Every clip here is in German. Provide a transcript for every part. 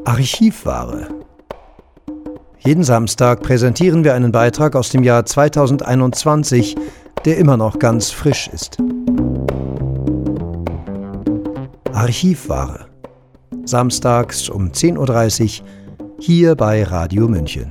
Archivware. Jeden Samstag präsentieren wir einen Beitrag aus dem Jahr 2021, der immer noch ganz frisch ist. Archivware. Samstags um 10:30 Uhr hier bei Radio München.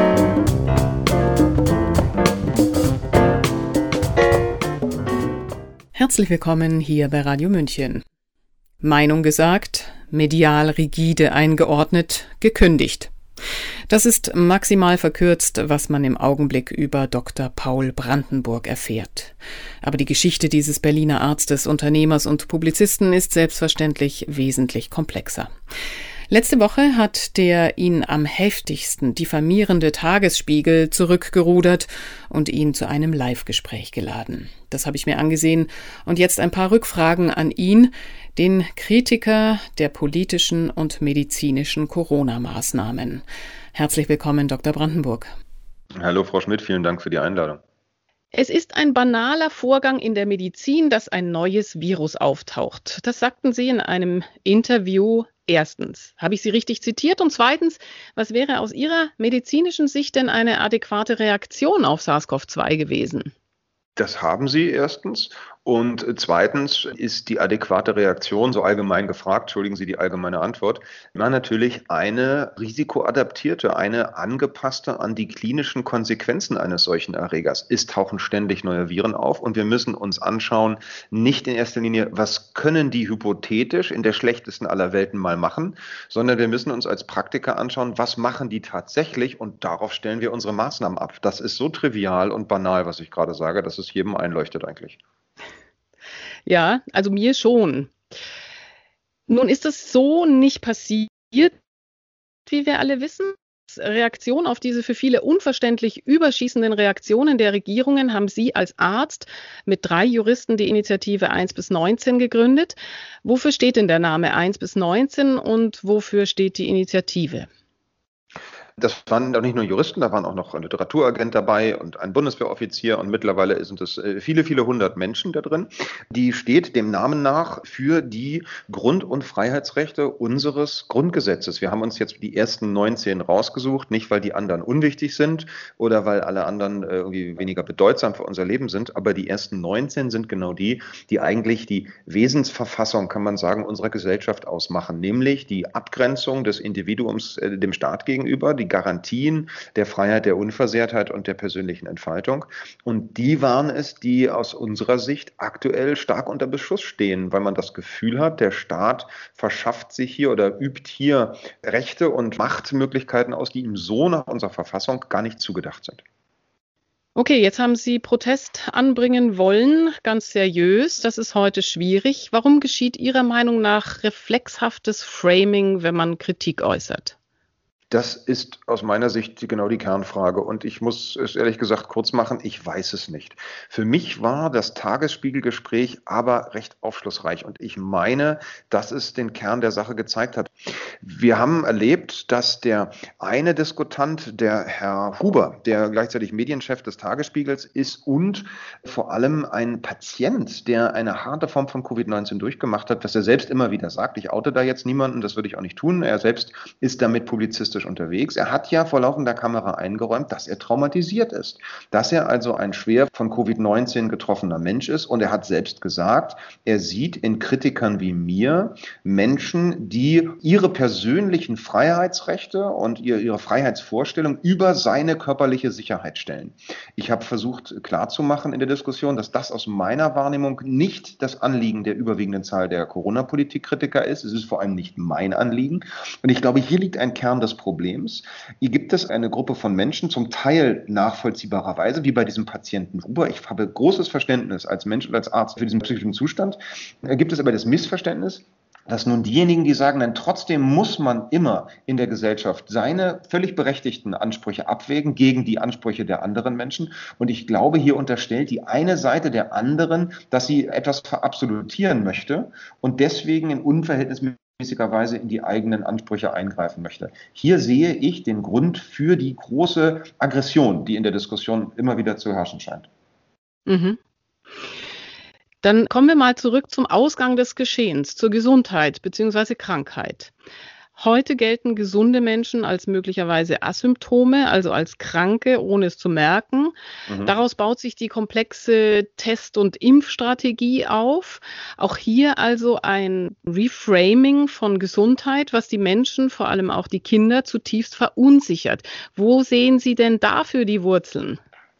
Herzlich willkommen hier bei Radio München. Meinung gesagt, medial rigide eingeordnet, gekündigt. Das ist maximal verkürzt, was man im Augenblick über Dr. Paul Brandenburg erfährt. Aber die Geschichte dieses Berliner Arztes, Unternehmers und Publizisten ist selbstverständlich wesentlich komplexer. Letzte Woche hat der ihn am heftigsten diffamierende Tagesspiegel zurückgerudert und ihn zu einem Live-Gespräch geladen. Das habe ich mir angesehen und jetzt ein paar Rückfragen an ihn, den Kritiker der politischen und medizinischen Corona-Maßnahmen. Herzlich willkommen, Dr. Brandenburg. Hallo Frau Schmidt, vielen Dank für die Einladung. Es ist ein banaler Vorgang in der Medizin, dass ein neues Virus auftaucht. Das sagten Sie in einem Interview. Erstens, habe ich Sie richtig zitiert? Und zweitens, was wäre aus Ihrer medizinischen Sicht denn eine adäquate Reaktion auf SARS-CoV-2 gewesen? Das haben Sie erstens. Und zweitens ist die adäquate Reaktion, so allgemein gefragt, entschuldigen Sie die allgemeine Antwort, immer natürlich eine risikoadaptierte, eine angepasste an die klinischen Konsequenzen eines solchen Erregers. Es tauchen ständig neue Viren auf und wir müssen uns anschauen, nicht in erster Linie, was können die hypothetisch in der schlechtesten aller Welten mal machen, sondern wir müssen uns als Praktiker anschauen, was machen die tatsächlich und darauf stellen wir unsere Maßnahmen ab. Das ist so trivial und banal, was ich gerade sage, dass es jedem einleuchtet eigentlich. Ja, also mir schon. Nun ist es so nicht passiert, wie wir alle wissen. Reaktion auf diese für viele unverständlich überschießenden Reaktionen der Regierungen haben Sie als Arzt mit 3 Juristen die Initiative 1 bis 19 gegründet. Wofür steht denn der Name 1 bis 19 und wofür steht die Initiative? Das waren auch nicht nur Juristen, da waren auch noch ein Literaturagent dabei und ein Bundeswehroffizier und mittlerweile sind es viele, viele hundert Menschen da drin. Die steht dem Namen nach für die Grund- und Freiheitsrechte unseres Grundgesetzes. Wir haben uns jetzt die ersten 19 rausgesucht, nicht weil die anderen unwichtig sind oder weil alle anderen irgendwie weniger bedeutsam für unser Leben sind, aber die ersten 19 sind genau die, die eigentlich die Wesensverfassung, kann man sagen, unserer Gesellschaft ausmachen, nämlich die Abgrenzung des Individuums dem Staat gegenüber, die Garantien der Freiheit, der Unversehrtheit und der persönlichen Entfaltung. Und die waren es, die aus unserer Sicht aktuell stark unter Beschuss stehen, weil man das Gefühl hat, der Staat verschafft sich hier oder übt hier Rechte und Machtmöglichkeiten aus, die ihm so nach unserer Verfassung gar nicht zugedacht sind. Okay, jetzt haben Sie Protest anbringen wollen, ganz seriös. Das ist heute schwierig. Warum geschieht Ihrer Meinung nach reflexhaftes Framing, wenn man Kritik äußert? Das ist aus meiner Sicht genau die Kernfrage und ich muss es ehrlich gesagt kurz machen, ich weiß es nicht. Für mich war das Tagesspiegelgespräch aber recht aufschlussreich und ich meine, dass es den Kern der Sache gezeigt hat. Wir haben erlebt, dass der eine Diskutant, der Herr Huber, der gleichzeitig Medienchef des Tagesspiegels ist und vor allem ein Patient, der eine harte Form von Covid-19 durchgemacht hat, dass er selbst immer wieder sagt, ich oute da jetzt niemanden, das würde ich auch nicht tun. Er selbst ist damit publizistisch unterwegs. Er hat ja vor laufender Kamera eingeräumt, dass er traumatisiert ist, dass er also ein schwer von Covid-19 getroffener Mensch ist und er hat selbst gesagt, er sieht in Kritikern wie mir Menschen, die ihre persönlichen Freiheitsrechte und ihre Freiheitsvorstellung über seine körperliche Sicherheit stellen. Ich habe versucht klarzumachen in der Diskussion, dass das aus meiner Wahrnehmung nicht das Anliegen der überwiegenden Zahl der Corona-Politik-Kritiker ist. Es ist vor allem nicht mein Anliegen. Und ich glaube, hier liegt ein Kern des Problems. Hier gibt es eine Gruppe von Menschen, zum Teil nachvollziehbarerweise, wie bei diesem Patienten Huber. Ich habe großes Verständnis als Mensch und als Arzt für diesen psychischen Zustand. Gibt es aber das Missverständnis, dass nun diejenigen, die sagen, dann trotzdem muss man immer in der Gesellschaft seine völlig berechtigten Ansprüche abwägen gegen die Ansprüche der anderen Menschen. Und ich glaube, hier unterstellt die eine Seite der anderen, dass sie etwas verabsolutieren möchte und deswegen in unverhältnismäßiger Weise in die eigenen Ansprüche eingreifen möchte. Hier sehe ich den Grund für die große Aggression, die in der Diskussion immer wieder zu herrschen scheint. Mhm. Dann kommen wir mal zurück zum Ausgang des Geschehens, zur Gesundheit bzw. Krankheit. Heute gelten gesunde Menschen als möglicherweise Asymptome, also als Kranke, ohne es zu merken. Daraus baut sich die komplexe Test- und Impfstrategie auf. Auch hier also ein Reframing von Gesundheit, was die Menschen, vor allem auch die Kinder, zutiefst verunsichert. Wo sehen Sie denn dafür die Wurzeln?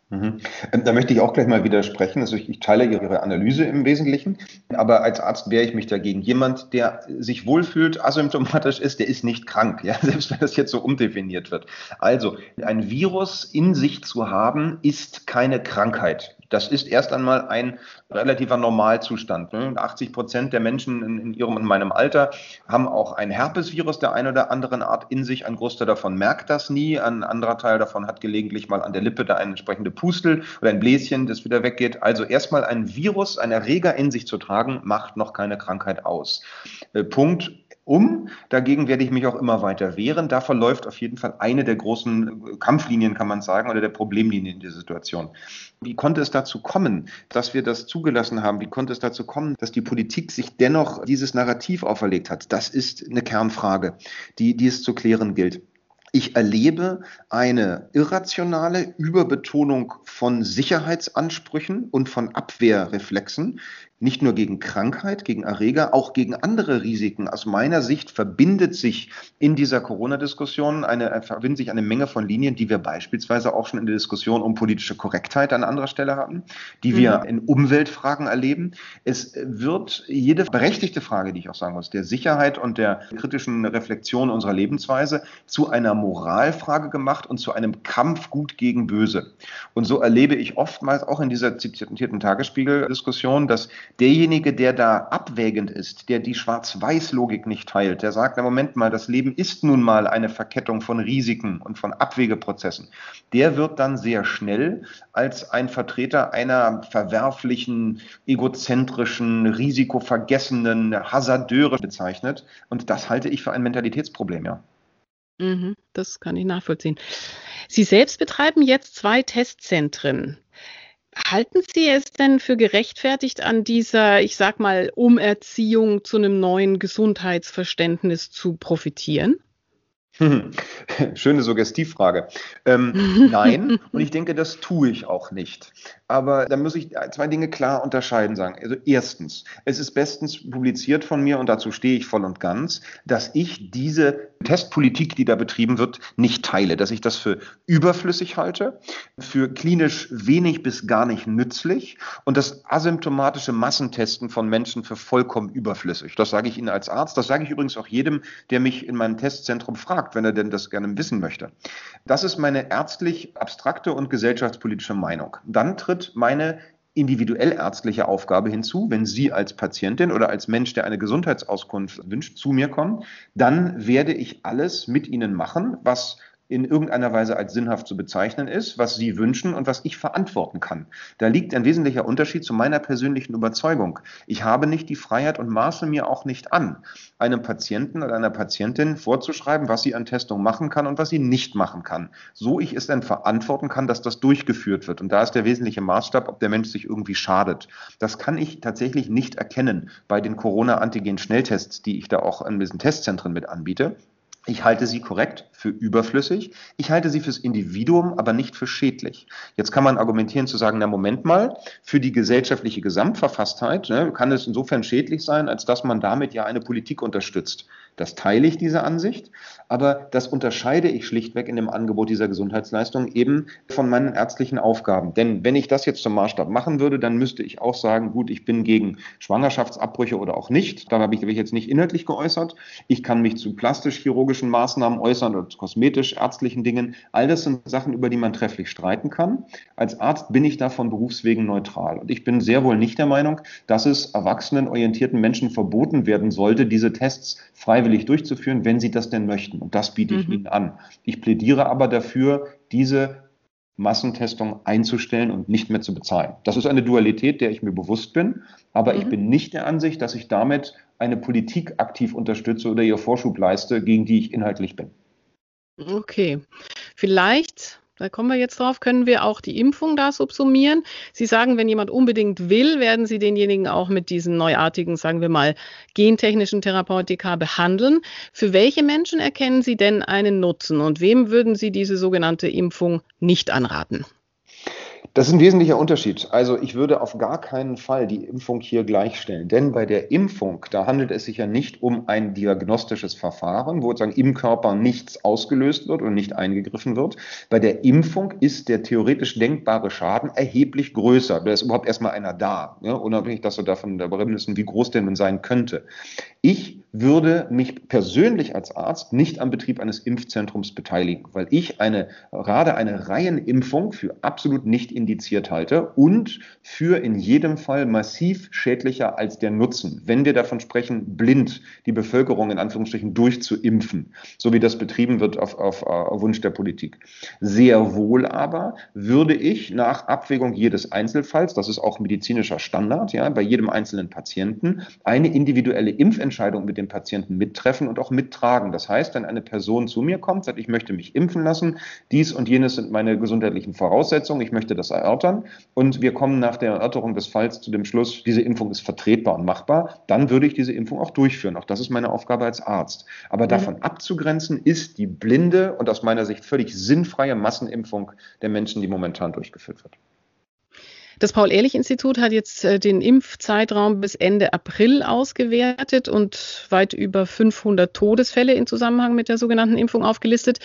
Da möchte ich auch gleich mal widersprechen. Also ich teile Ihre Analyse im Wesentlichen, aber als Arzt wehre ich mich dagegen. Jemand, der sich wohlfühlt, asymptomatisch ist, der ist nicht krank, ja, selbst wenn das jetzt so umdefiniert wird. Also ein Virus in sich zu haben, ist keine Krankheit. Das ist erst einmal ein relativer Normalzustand. 80% der Menschen in Ihrem und meinem Alter haben auch ein Herpesvirus der einen oder anderen Art in sich. Ein Großteil davon merkt das nie. Ein anderer Teil davon hat gelegentlich mal an der Lippe da eine entsprechende Pustel oder ein Bläschen, das wieder weggeht. Also erstmal ein Virus, ein Erreger in sich zu tragen, macht noch keine Krankheit aus. Punkt. Dagegen werde ich mich auch immer weiter wehren. Da verläuft auf jeden Fall eine der großen Kampflinien, kann man sagen, oder der Problemlinien in dieser Situation. Wie konnte es dazu kommen, dass wir das zugelassen haben? Wie konnte es dazu kommen, dass die Politik sich dennoch dieses Narrativ auferlegt hat? Das ist eine Kernfrage, die es zu klären gilt. Ich erlebe eine irrationale Überbetonung von Sicherheitsansprüchen und von Abwehrreflexen, nicht nur gegen Krankheit, gegen Erreger, auch gegen andere Risiken. Aus meiner Sicht verbindet sich in dieser Corona-Diskussion eine Menge von Linien, die wir beispielsweise auch schon in der Diskussion um politische Korrektheit an anderer Stelle hatten, die wir in Umweltfragen erleben. Es wird jede berechtigte Frage, die ich auch sagen muss, der Sicherheit und der kritischen Reflexion unserer Lebensweise zu einer Moralfrage gemacht und zu einem Kampf Gut gegen Böse. Und so erlebe ich oftmals auch in dieser zitierten Tagesspiegel-Diskussion, dass derjenige, der da abwägend ist, der die Schwarz-Weiß-Logik nicht teilt, der sagt, na Moment mal, das Leben ist nun mal eine Verkettung von Risiken und von Abwägeprozessen, der wird dann sehr schnell als ein Vertreter einer verwerflichen, egozentrischen, risikovergessenen Hasardeure bezeichnet. Und das halte ich für ein Mentalitätsproblem, ja. Das kann ich nachvollziehen. Sie selbst betreiben jetzt 2 Testzentren. Halten Sie es denn für gerechtfertigt, an dieser, ich sag mal, Umerziehung zu einem neuen Gesundheitsverständnis zu profitieren? Schöne Suggestivfrage. Nein, und ich denke, das tue ich auch nicht. Aber da muss ich 2 Dinge klar unterscheiden sagen. Also erstens, es ist bestens publiziert von mir und dazu stehe ich voll und ganz, dass ich diese Testpolitik, die da betrieben wird, nicht teile, dass ich das für überflüssig halte, für klinisch wenig bis gar nicht nützlich und das asymptomatische Massentesten von Menschen für vollkommen überflüssig. Das sage ich Ihnen als Arzt, das sage ich übrigens auch jedem, der mich in meinem Testzentrum fragt, wenn er denn das gerne wissen möchte. Das ist meine ärztlich abstrakte und gesellschaftspolitische Meinung. Dann tritt meine individuell ärztliche Aufgabe hinzu, wenn Sie als Patientin oder als Mensch, der eine Gesundheitsauskunft wünscht, zu mir kommen, dann werde ich alles mit Ihnen machen, was in irgendeiner Weise als sinnhaft zu bezeichnen ist, was Sie wünschen und was ich verantworten kann. Da liegt ein wesentlicher Unterschied zu meiner persönlichen Überzeugung. Ich habe nicht die Freiheit und maße mir auch nicht an, einem Patienten oder einer Patientin vorzuschreiben, was sie an Testung machen kann und was sie nicht machen kann. So ich es dann verantworten kann, dass das durchgeführt wird. Und da ist der wesentliche Maßstab, ob der Mensch sich irgendwie schadet. Das kann ich tatsächlich nicht erkennen bei den Corona-Antigen-Schnelltests, die ich da auch an diesen Testzentren mit anbiete. Ich halte sie korrekt für überflüssig. Ich halte sie fürs Individuum, aber nicht für schädlich. Jetzt kann man argumentieren zu sagen, na Moment mal, für die gesellschaftliche Gesamtverfasstheit kann es insofern schädlich sein, als dass man damit ja eine Politik unterstützt. Das teile ich, diese Ansicht, aber das unterscheide ich schlichtweg in dem Angebot dieser Gesundheitsleistung eben von meinen ärztlichen Aufgaben. Denn wenn ich das jetzt zum Maßstab machen würde, dann müsste ich auch sagen, gut, ich bin gegen Schwangerschaftsabbrüche oder auch nicht. Da habe ich jetzt nicht inhaltlich geäußert. Ich kann mich zu plastisch-chirurgischen Maßnahmen äußern oder zu kosmetisch-ärztlichen Dingen. All das sind Sachen, über die man trefflich streiten kann. Als Arzt bin ich da von Berufswegen neutral. Und ich bin sehr wohl nicht der Meinung, dass es erwachsenenorientierten Menschen verboten werden sollte, diese Tests freiwillig durchzuführen, wenn sie das denn möchten. Und das biete ich Ihnen an. Ich plädiere aber dafür, diese Massentestung einzustellen und nicht mehr zu bezahlen. Das ist eine Dualität, der ich mir bewusst bin, aber ich bin nicht der Ansicht, dass ich damit eine Politik aktiv unterstütze oder ihr Vorschub leiste, gegen die ich inhaltlich bin. Okay, vielleicht da kommen wir jetzt drauf, können wir auch die Impfung da subsumieren? Sie sagen, wenn jemand unbedingt will, werden Sie denjenigen auch mit diesen neuartigen, sagen wir mal, gentechnischen Therapeutika behandeln. Für welche Menschen erkennen Sie denn einen Nutzen und wem würden Sie diese sogenannte Impfung nicht anraten? Das ist ein wesentlicher Unterschied. Also ich würde auf gar keinen Fall die Impfung hier gleichstellen, denn bei der Impfung, da handelt es sich ja nicht um ein diagnostisches Verfahren, wo sozusagen im Körper nichts ausgelöst wird und nicht eingegriffen wird. Bei der Impfung ist der theoretisch denkbare Schaden erheblich größer. Da ist überhaupt erstmal einer da, ja, unabhängig, dass wir davon darüber wissen, wie groß der nun sein könnte. Ich würde mich persönlich als Arzt nicht am Betrieb eines Impfzentrums beteiligen, weil ich gerade eine Reihenimpfung für absolut nicht indiziert halte und für in jedem Fall massiv schädlicher als der Nutzen, wenn wir davon sprechen, blind die Bevölkerung in Anführungsstrichen durchzuimpfen, so wie das betrieben wird auf Wunsch der Politik. Sehr wohl aber würde ich nach Abwägung jedes Einzelfalls, das ist auch medizinischer Standard, ja, bei jedem einzelnen Patienten, eine individuelle Impfentscheidung mit dem Patienten mittreffen und auch mittragen. Das heißt, wenn eine Person zu mir kommt, sagt, ich möchte mich impfen lassen, dies und jenes sind meine gesundheitlichen Voraussetzungen, ich möchte das erörtern und wir kommen nach der Erörterung des Falls zu dem Schluss, diese Impfung ist vertretbar und machbar, dann würde ich diese Impfung auch durchführen. Auch das ist meine Aufgabe als Arzt. Aber davon abzugrenzen ist die blinde und aus meiner Sicht völlig sinnfreie Massenimpfung der Menschen, die momentan durchgeführt wird. Das Paul-Ehrlich-Institut hat jetzt den Impfzeitraum bis Ende April ausgewertet und weit über 500 Todesfälle in Zusammenhang mit der sogenannten Impfung aufgelistet.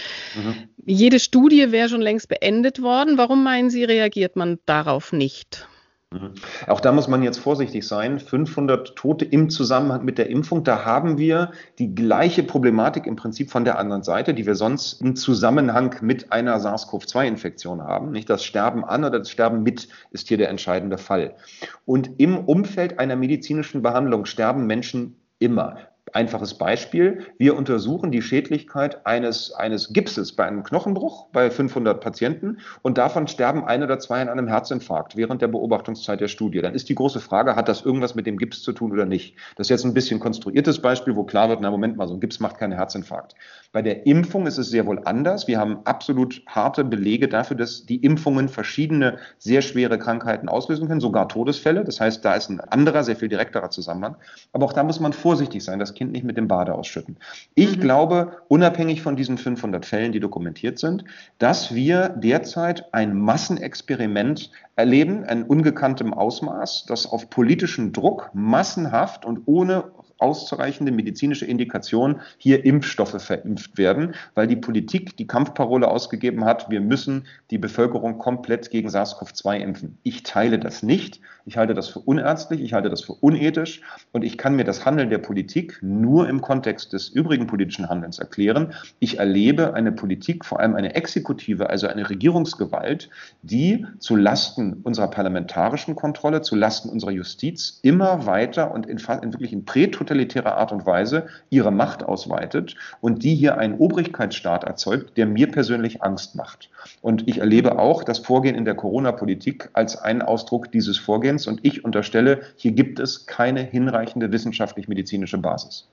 Jede Studie wäre schon längst beendet worden. Warum meinen Sie, reagiert man darauf nicht? Auch da muss man jetzt vorsichtig sein. 500 Tote im Zusammenhang mit der Impfung, da haben wir die gleiche Problematik im Prinzip von der anderen Seite, die wir sonst im Zusammenhang mit einer SARS-CoV-2-Infektion haben. Nicht das Sterben an oder das Sterben mit ist hier der entscheidende Fall. Und im Umfeld einer medizinischen Behandlung sterben Menschen immer. Einfaches Beispiel, wir untersuchen die Schädlichkeit eines Gipses bei einem Knochenbruch bei 500 Patienten und davon sterben 1 oder 2 an einem Herzinfarkt während der Beobachtungszeit der Studie. Dann ist die große Frage, hat das irgendwas mit dem Gips zu tun oder nicht? Das ist jetzt ein bisschen konstruiertes Beispiel, wo klar wird, na Moment mal, so ein Gips macht keinen Herzinfarkt. Bei der Impfung ist es sehr wohl anders. Wir haben absolut harte Belege dafür, dass die Impfungen verschiedene sehr schwere Krankheiten auslösen können, sogar Todesfälle. Das heißt, da ist ein anderer, sehr viel direkterer Zusammenhang. Aber auch da muss man vorsichtig sein, das Kind nicht mit dem Bade ausschütten. Ich glaube, unabhängig von diesen 500 Fällen, die dokumentiert sind, dass wir derzeit ein Massenexperiment erleben, in ungekanntem Ausmaß, das auf politischen Druck massenhaft und ohne auszureichende medizinische Indikation hier Impfstoffe verimpft werden, weil die Politik die Kampfparole ausgegeben hat, wir müssen die Bevölkerung komplett gegen SARS-CoV-2 impfen. Ich teile das nicht. Ich halte das für unärztlich, ich halte das für unethisch und ich kann mir das Handeln der Politik nur im Kontext des übrigen politischen Handelns erklären. Ich erlebe eine Politik, vor allem eine Exekutive, also eine Regierungsgewalt, die zu Lasten unserer parlamentarischen Kontrolle, zu Lasten unserer Justiz immer weiter und wirklich in prätotalitärer Art und Weise ihre Macht ausweitet und die hier einen Obrigkeitsstaat erzeugt, der mir persönlich Angst macht. Und ich erlebe auch das Vorgehen in der Corona-Politik als einen Ausdruck dieses Vorgehens und ich unterstelle, hier gibt es keine hinreichende wissenschaftlich-medizinische Basis.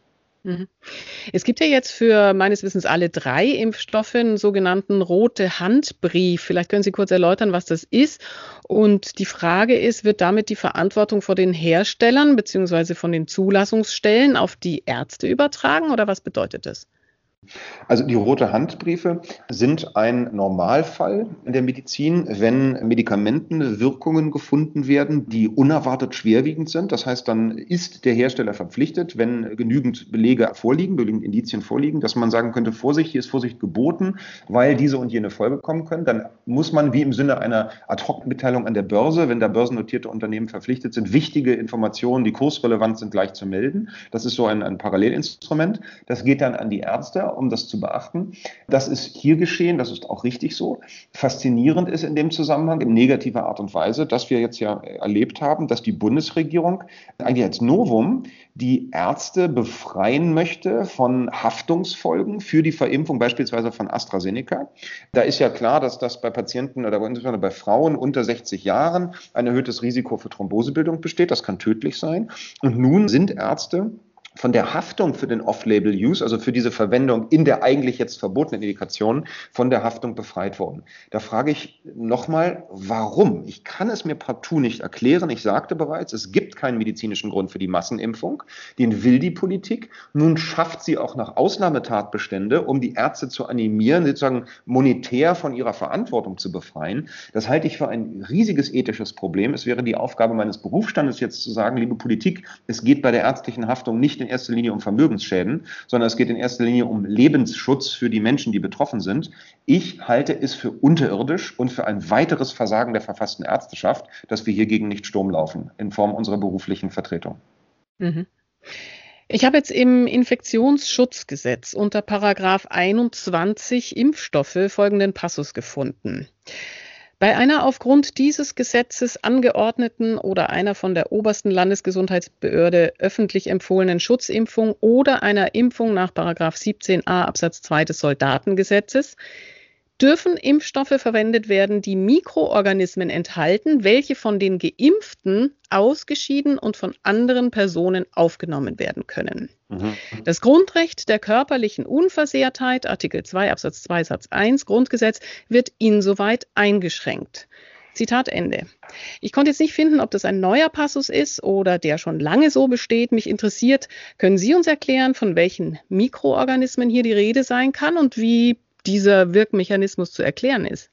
Es gibt ja jetzt für meines Wissens alle 3 Impfstoffe einen sogenannten Rote-Hand-Brief. Vielleicht können Sie kurz erläutern, was das ist. Und die Frage ist, wird damit die Verantwortung vor den Herstellern bzw. von den Zulassungsstellen auf die Ärzte übertragen oder was bedeutet das? Also die Rote-Hand-Briefe sind ein Normalfall in der Medizin, wenn Medikamentenwirkungen gefunden werden, die unerwartet schwerwiegend sind. Das heißt, dann ist der Hersteller verpflichtet, wenn genügend Belege vorliegen, genügend Indizien vorliegen, dass man sagen könnte, Vorsicht, hier ist Vorsicht geboten, weil diese und jene Folge kommen können. Dann muss man wie im Sinne einer Ad-hoc-Mitteilung an der Börse, wenn da börsennotierte Unternehmen verpflichtet sind, wichtige Informationen, die kursrelevant sind, gleich zu melden. Das ist so ein Parallelinstrument. Das geht dann an die Ärzte, um das zu beachten. Das ist hier geschehen, das ist auch richtig so. Faszinierend ist in dem Zusammenhang, in negativer Art und Weise, dass wir jetzt ja erlebt haben, dass die Bundesregierung eigentlich als Novum die Ärzte befreien möchte von Haftungsfolgen für die Verimpfung beispielsweise von AstraZeneca. Da ist ja klar, dass das bei Patienten oder insbesondere bei Frauen unter 60 Jahren ein erhöhtes Risiko für Thrombosebildung besteht. Das kann tödlich sein. Und nun sind Ärzte von der Haftung für den Off-Label-Use, also für diese Verwendung in der eigentlich jetzt verbotenen Indikation, von der Haftung befreit wurden. Da frage ich nochmal, warum? Ich kann es mir partout nicht erklären. Ich sagte bereits, es gibt keinen medizinischen Grund für die Massenimpfung. Den will die Politik. Nun schafft sie auch noch Ausnahmetatbestände, um die Ärzte zu animieren, sozusagen monetär von ihrer Verantwortung zu befreien. Das halte ich für ein riesiges ethisches Problem. Es wäre die Aufgabe meines Berufsstandes jetzt zu sagen, liebe Politik, es geht bei der ärztlichen Haftung nicht in erster Linie um Vermögensschäden, sondern es geht in erster Linie um Lebensschutz für die Menschen, die betroffen sind. Ich halte es für unterirdisch und für ein weiteres Versagen der verfassten Ärzteschaft, dass wir hiergegen nicht Sturm laufen in Form unserer beruflichen Vertretung. Mhm. Ich habe jetzt im Infektionsschutzgesetz unter Paragraph 21 Impfstoffe folgenden Passus gefunden. Bei einer aufgrund dieses Gesetzes angeordneten oder einer von der obersten Landesgesundheitsbehörde öffentlich empfohlenen Schutzimpfung oder einer Impfung nach § 17a Absatz 2 des Soldatengesetzes dürfen Impfstoffe verwendet werden, die Mikroorganismen enthalten, welche von den Geimpften ausgeschieden und von anderen Personen aufgenommen werden können. Das Grundrecht der körperlichen Unversehrtheit, Artikel 2 Absatz 2 Satz 1 Grundgesetz, wird insoweit eingeschränkt. Zitat Ende. Ich konnte jetzt nicht finden, ob das ein neuer Passus ist oder der schon lange so besteht. Mich interessiert, können Sie uns erklären, von welchen Mikroorganismen hier die Rede sein kann und wie dieser Wirkmechanismus zu erklären ist?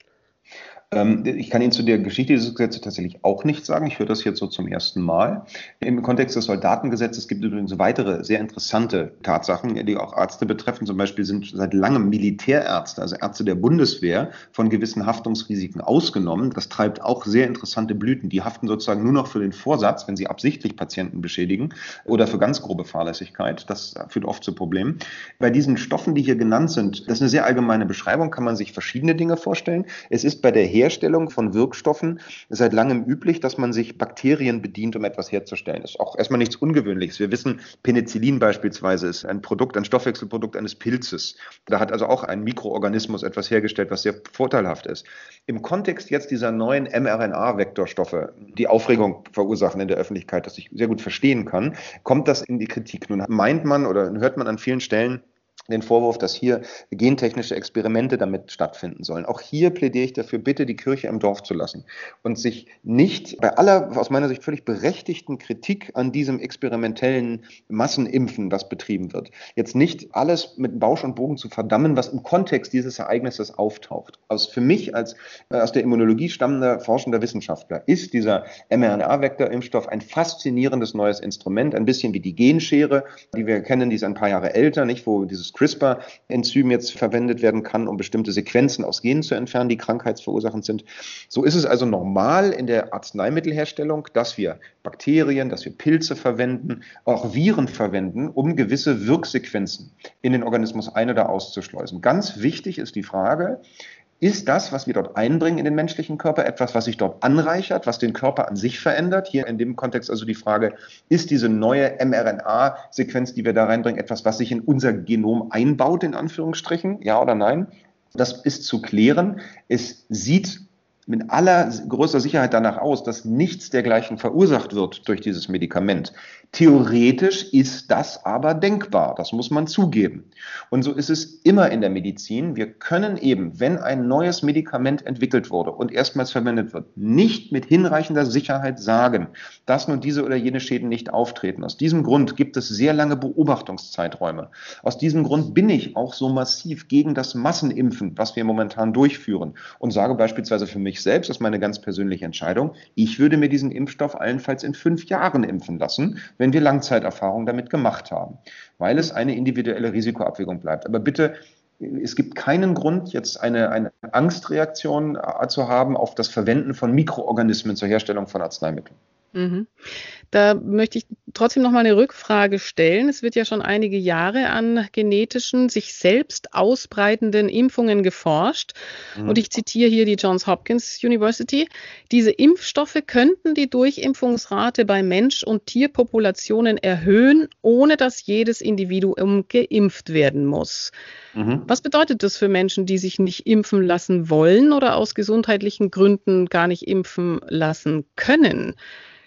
Ich kann Ihnen zu der Geschichte dieses Gesetzes tatsächlich auch nichts sagen. Ich höre das jetzt so zum ersten Mal. Im Kontext des Soldatengesetzes gibt es übrigens weitere sehr interessante Tatsachen, die auch Ärzte betreffen. Zum Beispiel sind seit langem Militärärzte, also Ärzte der Bundeswehr, von gewissen Haftungsrisiken ausgenommen. Das treibt auch sehr interessante Blüten. Die haften sozusagen nur noch für den Vorsatz, wenn sie absichtlich Patienten beschädigen oder für ganz grobe Fahrlässigkeit. Das führt oft zu Problemen. Bei diesen Stoffen, die hier genannt sind, das ist eine sehr allgemeine Beschreibung, kann man sich verschiedene Dinge vorstellen. Es ist bei der Herstellung von Wirkstoffen seit langem üblich, dass man sich Bakterien bedient, um etwas herzustellen. Das ist auch erstmal nichts Ungewöhnliches. Wir wissen, Penicillin beispielsweise ist ein Produkt, ein Stoffwechselprodukt eines Pilzes. Da hat also auch ein Mikroorganismus etwas hergestellt, was sehr vorteilhaft ist. Im Kontext jetzt dieser neuen mRNA-Vektorstoffe, die Aufregung verursachen in der Öffentlichkeit, das ich sehr gut verstehen kann, kommt das in die Kritik. Nun meint man oder hört man an vielen Stellen den Vorwurf, dass hier gentechnische Experimente damit stattfinden sollen. Auch hier plädiere ich dafür, bitte die Kirche im Dorf zu lassen und sich nicht bei aller aus meiner Sicht völlig berechtigten Kritik an diesem experimentellen Massenimpfen, das betrieben wird, jetzt nicht alles mit Bausch und Bogen zu verdammen, was im Kontext dieses Ereignisses auftaucht. Also für mich als aus der Immunologie stammender, forschender Wissenschaftler ist dieser mRNA-Vektor-Impfstoff ein faszinierendes neues Instrument, ein bisschen wie die Genschere, die wir kennen, die ist ein paar Jahre älter, nicht, wo dieses CRISPR-Enzym jetzt verwendet werden kann, um bestimmte Sequenzen aus Genen zu entfernen, die krankheitsverursachend sind. So ist es also normal in der Arzneimittelherstellung, dass wir Bakterien, dass wir Pilze verwenden, auch Viren verwenden, um gewisse Wirksequenzen in den Organismus ein- oder auszuschleusen. Ganz wichtig ist die Frage, ist das, was wir dort einbringen in den menschlichen Körper, etwas, was sich dort anreichert, was den Körper an sich verändert? Hier in dem Kontext also die Frage, ist diese neue mRNA-Sequenz, die wir da reinbringen, etwas, was sich in unser Genom einbaut, in Anführungsstrichen? Ja oder nein? Das ist zu klären. Es sieht mit aller größter Sicherheit danach aus, dass nichts dergleichen verursacht wird durch dieses Medikament. Theoretisch ist das aber denkbar, das muss man zugeben. Und so ist es immer in der Medizin. Wir können eben, wenn ein neues Medikament entwickelt wurde und erstmals verwendet wird, nicht mit hinreichender Sicherheit sagen, dass nun diese oder jene Schäden nicht auftreten. Aus diesem Grund gibt es sehr lange Beobachtungszeiträume. Aus diesem Grund bin ich auch so massiv gegen das Massenimpfen, was wir momentan durchführen, und sage beispielsweise für mich selbst, das ist meine ganz persönliche Entscheidung, ich würde mir diesen Impfstoff allenfalls in 5 Jahren impfen lassen, wenn wir Langzeiterfahrung damit gemacht haben, weil es eine individuelle Risikoabwägung bleibt. Aber bitte, es gibt keinen Grund, jetzt eine Angstreaktion zu haben auf das Verwenden von Mikroorganismen zur Herstellung von Arzneimitteln. Mhm. Da möchte ich trotzdem noch mal eine Rückfrage stellen. Es wird ja schon einige Jahre an genetischen, sich selbst ausbreitenden Impfungen geforscht. Und ich zitiere hier die Johns Hopkins University. Diese Impfstoffe könnten die Durchimpfungsrate bei Mensch- und Tierpopulationen erhöhen, ohne dass jedes Individuum geimpft werden muss. Was bedeutet das für Menschen, die sich nicht impfen lassen wollen oder aus gesundheitlichen Gründen gar nicht impfen lassen können?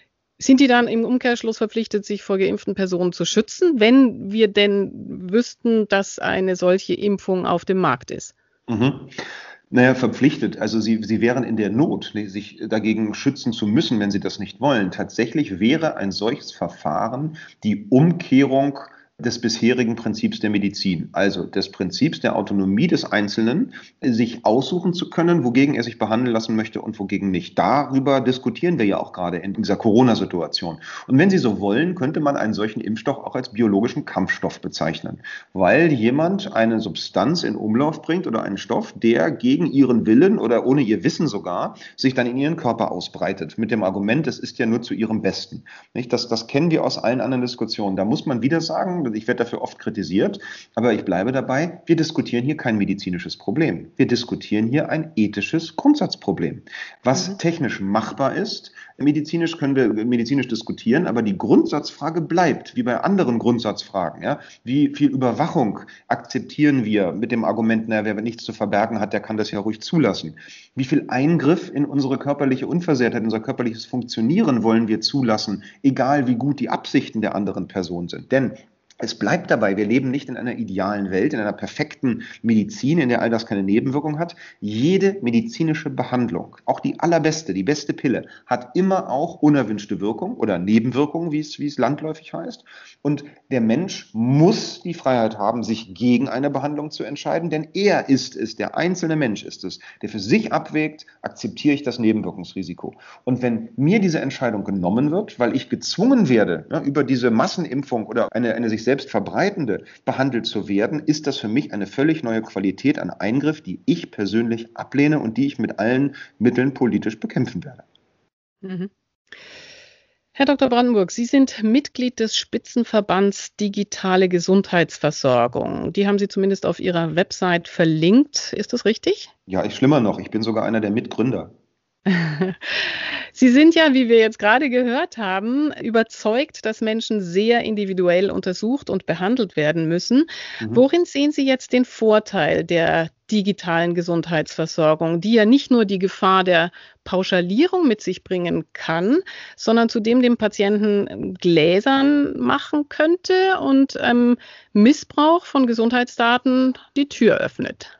Sind die dann im Umkehrschluss verpflichtet, sich vor geimpften Personen zu schützen, wenn wir denn wüssten, dass eine solche Impfung auf dem Markt ist? Mhm. Naja, verpflichtet. Also sie wären in der Not, sich dagegen schützen zu müssen, wenn sie das nicht wollen. Tatsächlich wäre ein solches Verfahren die Umkehrung des bisherigen Prinzips der Medizin, also des Prinzips der Autonomie des Einzelnen, sich aussuchen zu können, wogegen er sich behandeln lassen möchte und wogegen nicht. Darüber diskutieren wir ja auch gerade in dieser Corona-Situation. Und wenn Sie so wollen, könnte man einen solchen Impfstoff auch als biologischen Kampfstoff bezeichnen, weil jemand eine Substanz in Umlauf bringt oder einen Stoff, der gegen ihren Willen oder ohne ihr Wissen sogar sich dann in ihren Körper ausbreitet, mit dem Argument, es ist ja nur zu ihrem Besten. Nicht? Das kennen wir aus allen anderen Diskussionen. Da muss man wieder sagen, ich werde dafür oft kritisiert, aber ich bleibe dabei, wir diskutieren hier kein medizinisches Problem. Wir diskutieren hier ein ethisches Grundsatzproblem. Was technisch machbar ist, medizinisch können wir medizinisch diskutieren, aber die Grundsatzfrage bleibt, wie bei anderen Grundsatzfragen. Ja? Wie viel Überwachung akzeptieren wir mit dem Argument, naja, wer nichts zu verbergen hat, der kann das ja ruhig zulassen. Wie viel Eingriff in unsere körperliche Unversehrtheit, in unser körperliches Funktionieren wollen wir zulassen, egal wie gut die Absichten der anderen Person sind. Denn es bleibt dabei, wir leben nicht in einer idealen Welt, in einer perfekten Medizin, in der all das keine Nebenwirkung hat. Jede medizinische Behandlung, auch die allerbeste, die beste Pille, hat immer auch unerwünschte Wirkung oder Nebenwirkungen, wie es landläufig heißt. Und der Mensch muss die Freiheit haben, sich gegen eine Behandlung zu entscheiden, denn er ist es, der einzelne Mensch ist es, der für sich abwägt, akzeptiere ich das Nebenwirkungsrisiko. Und wenn mir diese Entscheidung genommen wird, weil ich gezwungen werde, über diese Massenimpfung oder eine sich selbst verbreitende behandelt zu werden, ist das für mich eine völlig neue Qualität an Eingriff, die ich persönlich ablehne und die ich mit allen Mitteln politisch bekämpfen werde. Mhm. Herr Dr. Brandenburg, Sie sind Mitglied des Spitzenverbands Digitale Gesundheitsversorgung. Die haben Sie zumindest auf Ihrer Website verlinkt. Ist das richtig? Ja, schlimmer noch, ich bin sogar einer der Mitgründer. Sie sind ja, wie wir jetzt gerade gehört haben, überzeugt, dass Menschen sehr individuell untersucht und behandelt werden müssen. Worin sehen Sie jetzt den Vorteil der digitalen Gesundheitsversorgung, die ja nicht nur die Gefahr der Pauschalierung mit sich bringen kann, sondern zudem dem Patienten gläsern machen könnte und Missbrauch von Gesundheitsdaten die Tür öffnet?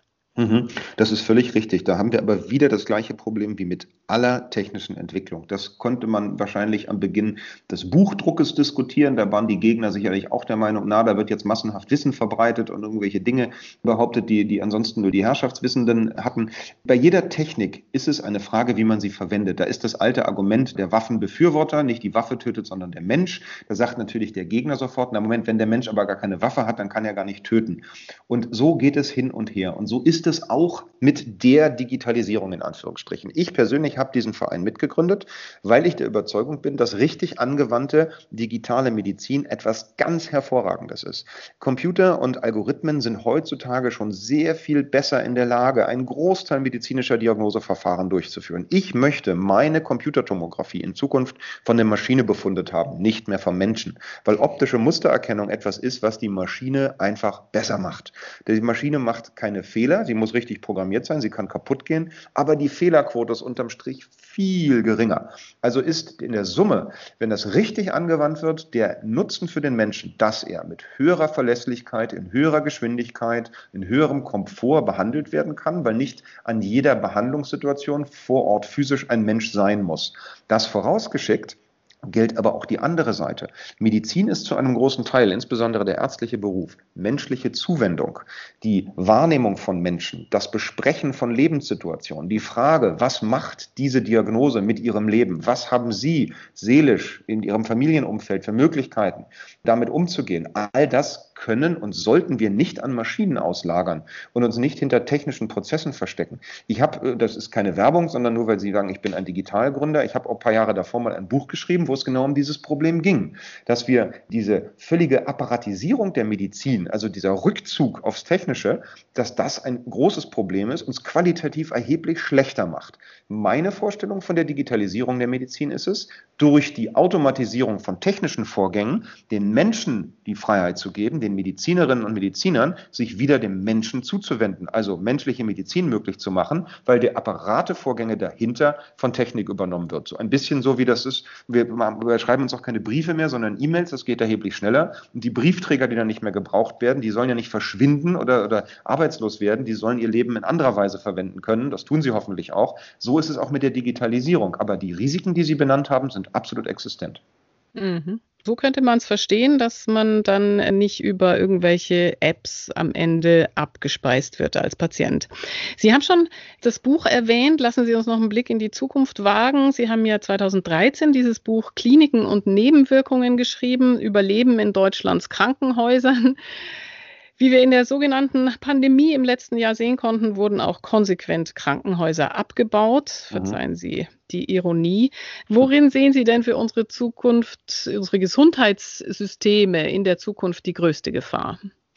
Das ist völlig richtig. Da haben wir aber wieder das gleiche Problem wie mit aller technischen Entwicklung. Das konnte man wahrscheinlich am Beginn des Buchdruckes diskutieren. Da waren die Gegner sicherlich auch der Meinung, da wird jetzt massenhaft Wissen verbreitet und irgendwelche Dinge behauptet, die ansonsten nur die Herrschaftswissenden hatten. Bei jeder Technik ist es eine Frage, wie man sie verwendet. Da ist das alte Argument der Waffenbefürworter, nicht die Waffe tötet, sondern der Mensch. Da sagt natürlich der Gegner sofort, na Moment, wenn der Mensch aber gar keine Waffe hat, dann kann er gar nicht töten. Und so geht es hin und her. Und so ist es auch mit der Digitalisierung in Anführungsstrichen. Ich persönlich habe diesen Verein mitgegründet, weil ich der Überzeugung bin, dass richtig angewandte digitale Medizin etwas ganz Hervorragendes ist. Computer und Algorithmen sind heutzutage schon sehr viel besser in der Lage, einen Großteil medizinischer Diagnoseverfahren durchzuführen. Ich möchte meine Computertomographie in Zukunft von der Maschine befundet haben, nicht mehr vom Menschen, weil optische Mustererkennung etwas ist, was die Maschine einfach besser macht. Die Maschine macht keine Fehler, sie muss richtig programmiert sein, sie kann kaputt gehen, aber die Fehlerquote ist unterm Strich viel geringer. Also ist in der Summe, wenn das richtig angewandt wird, der Nutzen für den Menschen, dass er mit höherer Verlässlichkeit, in höherer Geschwindigkeit, in höherem Komfort behandelt werden kann, weil nicht an jeder Behandlungssituation vor Ort physisch ein Mensch sein muss. Das vorausgeschickt, gilt aber auch die andere Seite. Medizin ist zu einem großen Teil, insbesondere der ärztliche Beruf, menschliche Zuwendung, die Wahrnehmung von Menschen, das Besprechen von Lebenssituationen, die Frage, was macht diese Diagnose mit Ihrem Leben? Was haben Sie seelisch in Ihrem Familienumfeld für Möglichkeiten, damit umzugehen? All das können und sollten wir nicht an Maschinen auslagern und uns nicht hinter technischen Prozessen verstecken. Das ist keine Werbung, sondern nur, weil Sie sagen, ich bin ein Digitalgründer. Ich habe auch ein paar Jahre davor mal ein Buch geschrieben, wo es genau um dieses Problem ging, dass wir diese völlige Apparatisierung der Medizin, also dieser Rückzug aufs Technische, dass das ein großes Problem ist, uns qualitativ erheblich schlechter macht. Meine Vorstellung von der Digitalisierung der Medizin ist es, durch die Automatisierung von technischen Vorgängen den Menschen die Freiheit zu geben, den Medizinerinnen und Medizinern, sich wieder dem Menschen zuzuwenden, also menschliche Medizin möglich zu machen, weil der Apparatevorgänge dahinter von Technik übernommen wird. So ein bisschen so, wie das ist, wir schreiben uns auch keine Briefe mehr, sondern E-Mails, das geht erheblich schneller. Und die Briefträger, die dann nicht mehr gebraucht werden, die sollen ja nicht verschwinden oder arbeitslos werden, die sollen ihr Leben in anderer Weise verwenden können. Das tun sie hoffentlich auch. So ist es auch mit der Digitalisierung. Aber die Risiken, die Sie benannt haben, sind absolut existent. Mhm. So könnte man es verstehen, dass man dann nicht über irgendwelche Apps am Ende abgespeist wird als Patient. Sie haben schon das Buch erwähnt. Lassen Sie uns noch einen Blick in die Zukunft wagen. Sie haben ja 2013 dieses Buch Kliniken und Nebenwirkungen geschrieben, Überleben in Deutschlands Krankenhäusern. Wie wir in der sogenannten Pandemie im letzten Jahr sehen konnten, wurden auch konsequent Krankenhäuser abgebaut. Verzeihen Sie die Ironie. Worin sehen Sie denn für unsere Zukunft, unsere Gesundheitssysteme in der Zukunft die größte Gefahr?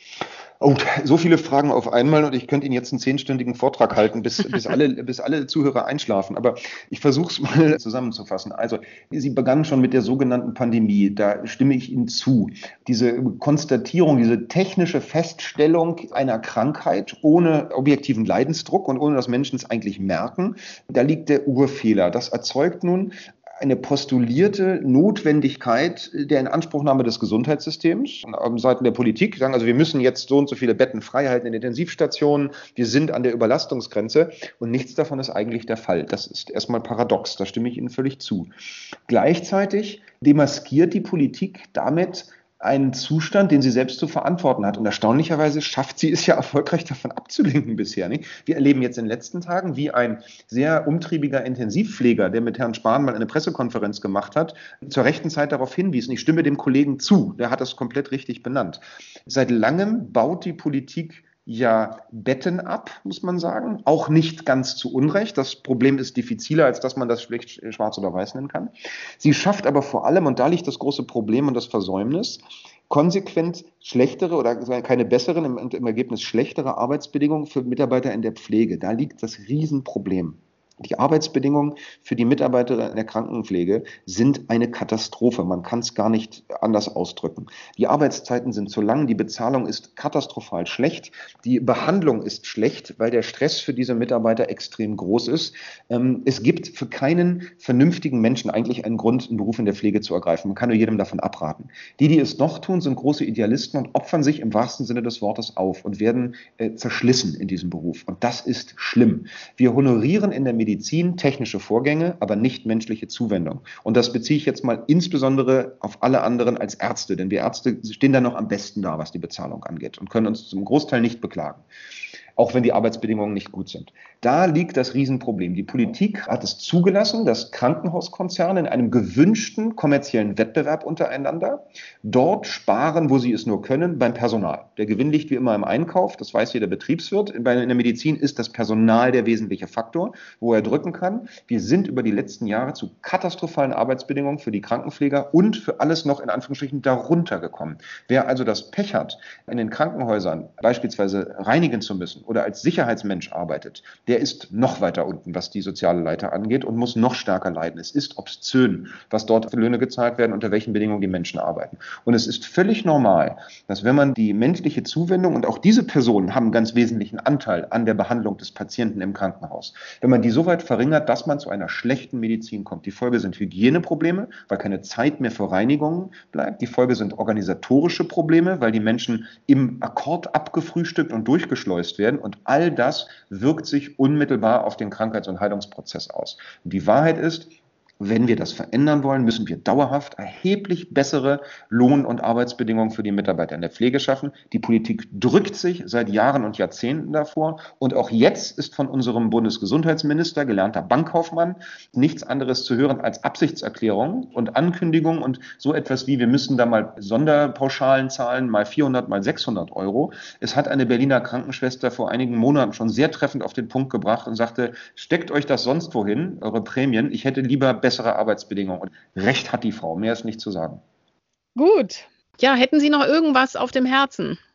Oh, so viele Fragen auf einmal und ich könnte Ihnen jetzt einen 10-stündigen Vortrag halten, bis alle Zuhörer einschlafen. Aber ich versuche es mal zusammenzufassen. Also, Sie begannen schon mit der sogenannten Pandemie. Da stimme ich Ihnen zu. Diese Konstatierung, diese technische Feststellung einer Krankheit ohne objektiven Leidensdruck und ohne dass Menschen es eigentlich merken, da liegt der Urfehler. Das erzeugt nun eine postulierte Notwendigkeit der Inanspruchnahme des Gesundheitssystems auf Seiten der Politik. Sagen also, wir müssen jetzt so und so viele Betten frei halten in Intensivstationen. Wir sind an der Überlastungsgrenze und nichts davon ist eigentlich der Fall. Das ist erstmal paradox. Da stimme ich Ihnen völlig zu. Gleichzeitig demaskiert die Politik damit einen Zustand, den sie selbst zu verantworten hat. Und erstaunlicherweise schafft sie es ja erfolgreich davon abzulenken bisher. Nicht? Wir erleben jetzt in den letzten Tagen, wie ein sehr umtriebiger Intensivpfleger, der mit Herrn Spahn mal eine Pressekonferenz gemacht hat, zur rechten Zeit darauf hinwies. Und ich stimme dem Kollegen zu, der hat das komplett richtig benannt. Seit langem baut die Politik ja Betten ab, muss man sagen. Auch nicht ganz zu Unrecht. Das Problem ist diffiziler, als dass man das schlecht schwarz oder weiß nennen kann. Sie schafft aber vor allem, und da liegt das große Problem und das Versäumnis, konsequent schlechtere oder keine besseren, im Ergebnis schlechtere Arbeitsbedingungen für Mitarbeiter in der Pflege. Da liegt das Riesenproblem. Die Arbeitsbedingungen für die Mitarbeiter in der Krankenpflege sind eine Katastrophe. Man kann es gar nicht anders ausdrücken. Die Arbeitszeiten sind zu lang, die Bezahlung ist katastrophal schlecht, die Behandlung ist schlecht, weil der Stress für diese Mitarbeiter extrem groß ist. Es gibt für keinen vernünftigen Menschen eigentlich einen Grund, einen Beruf in der Pflege zu ergreifen. Man kann nur jedem davon abraten. Die es noch tun, sind große Idealisten und opfern sich im wahrsten Sinne des Wortes auf und werden zerschlissen in diesem Beruf. Und das ist schlimm. Wir honorieren in der Medizin technische Vorgänge, aber nicht menschliche Zuwendung. Und das beziehe ich jetzt mal insbesondere auf alle anderen als Ärzte, denn wir Ärzte stehen da noch am besten da, was die Bezahlung angeht und können uns zum Großteil nicht beklagen, auch wenn die Arbeitsbedingungen nicht gut sind. Da liegt das Riesenproblem. Die Politik hat es zugelassen, dass Krankenhauskonzerne in einem gewünschten kommerziellen Wettbewerb untereinander dort sparen, wo sie es nur können, beim Personal. Der Gewinn liegt wie immer im Einkauf, das weiß jeder Betriebswirt. In der Medizin ist das Personal der wesentliche Faktor, wo er drücken kann. Wir sind über die letzten Jahre zu katastrophalen Arbeitsbedingungen für die Krankenpfleger und für alles noch in Anführungsstrichen darunter gekommen. Wer also das Pech hat, in den Krankenhäusern beispielsweise reinigen zu müssen oder als Sicherheitsmensch arbeitet, der ist noch weiter unten, was die soziale Leiter angeht und muss noch stärker leiden. Es ist obszön, was dort für Löhne gezahlt werden, unter welchen Bedingungen die Menschen arbeiten. Und es ist völlig normal, dass wenn man die menschliche Zuwendung, und auch diese Personen haben einen ganz wesentlichen Anteil an der Behandlung des Patienten im Krankenhaus, wenn man die so weit verringert, dass man zu einer schlechten Medizin kommt. Die Folge sind Hygieneprobleme, weil keine Zeit mehr für Reinigungen bleibt. Die Folge sind organisatorische Probleme, weil die Menschen im Akkord abgefrühstückt und durchgeschleust werden. Und all das wirkt sich unmittelbar auf den Krankheits- und Heilungsprozess aus. Und die Wahrheit ist, wenn wir das verändern wollen, müssen wir dauerhaft erheblich bessere Lohn- und Arbeitsbedingungen für die Mitarbeiter in der Pflege schaffen. Die Politik drückt sich seit Jahren und Jahrzehnten davor. Und auch jetzt ist von unserem Bundesgesundheitsminister, gelernter Bankkaufmann, nichts anderes zu hören als Absichtserklärungen und Ankündigungen und so etwas wie, wir müssen da mal Sonderpauschalen zahlen, mal 400, mal 600 Euro. Es hat eine Berliner Krankenschwester vor einigen Monaten schon sehr treffend auf den Punkt gebracht und sagte, steckt euch das sonst wohin, eure Prämien. Ich hätte lieber bessere Arbeitsbedingungen. Und recht hat die Frau, mehr ist nicht zu sagen. Gut. Ja, hätten Sie noch irgendwas auf dem Herzen?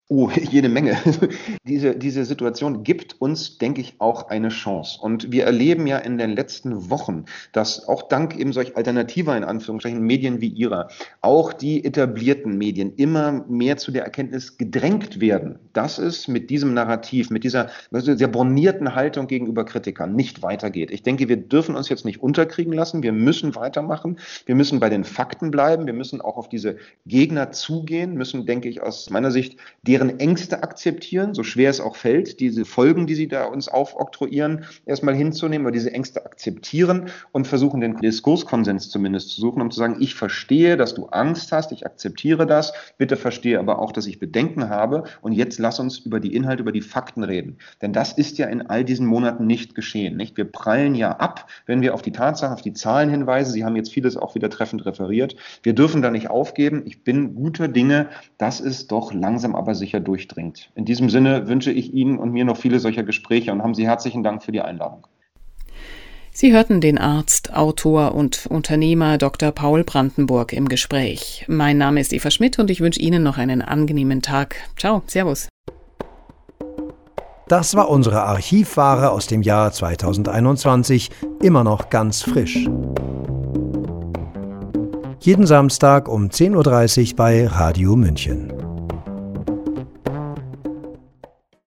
Oh, jede Menge. Diese Situation gibt uns, denke ich, auch eine Chance. Und wir erleben ja in den letzten Wochen, dass auch dank eben solch alternativer, in Anführungsstrichen, Medien wie Ihrer, auch die etablierten Medien immer mehr zu der Erkenntnis gedrängt werden, dass es mit diesem Narrativ, mit dieser sehr bornierten Haltung gegenüber Kritikern nicht weitergeht. Ich denke, wir dürfen uns jetzt nicht unterkriegen lassen. Wir müssen weitermachen. Wir müssen bei den Fakten bleiben. Wir müssen auch auf diese Gegner zugehen, müssen, denke ich, aus meiner Sicht deren Ängste akzeptieren, so schwer es auch fällt, diese Folgen, die sie da uns aufoktroyieren, erstmal hinzunehmen, aber diese Ängste akzeptieren und versuchen, den Diskurskonsens zumindest zu suchen, um zu sagen, ich verstehe, dass du Angst hast, ich akzeptiere das, bitte verstehe aber auch, dass ich Bedenken habe und jetzt lass uns über die Inhalte, über die Fakten reden. Denn das ist ja in all diesen Monaten nicht geschehen, nicht? Wir prallen ja ab, wenn wir auf die Tatsachen, auf die Zahlen hinweisen. Sie haben jetzt vieles auch wieder treffend referiert. Wir dürfen da nicht aufgeben. Ich bin guter Dinge, dass es doch langsam aber sicher durchdringt. In diesem Sinne wünsche ich Ihnen und mir noch viele solcher Gespräche und haben Sie herzlichen Dank für die Einladung. Sie hörten den Arzt, Autor und Unternehmer Dr. Paul Brandenburg im Gespräch. Mein Name ist Eva Schmidt und ich wünsche Ihnen noch einen angenehmen Tag. Ciao, Servus. Das war unsere Archivware aus dem Jahr 2021, immer noch ganz frisch. Jeden Samstag um 10:30 Uhr bei Radio München.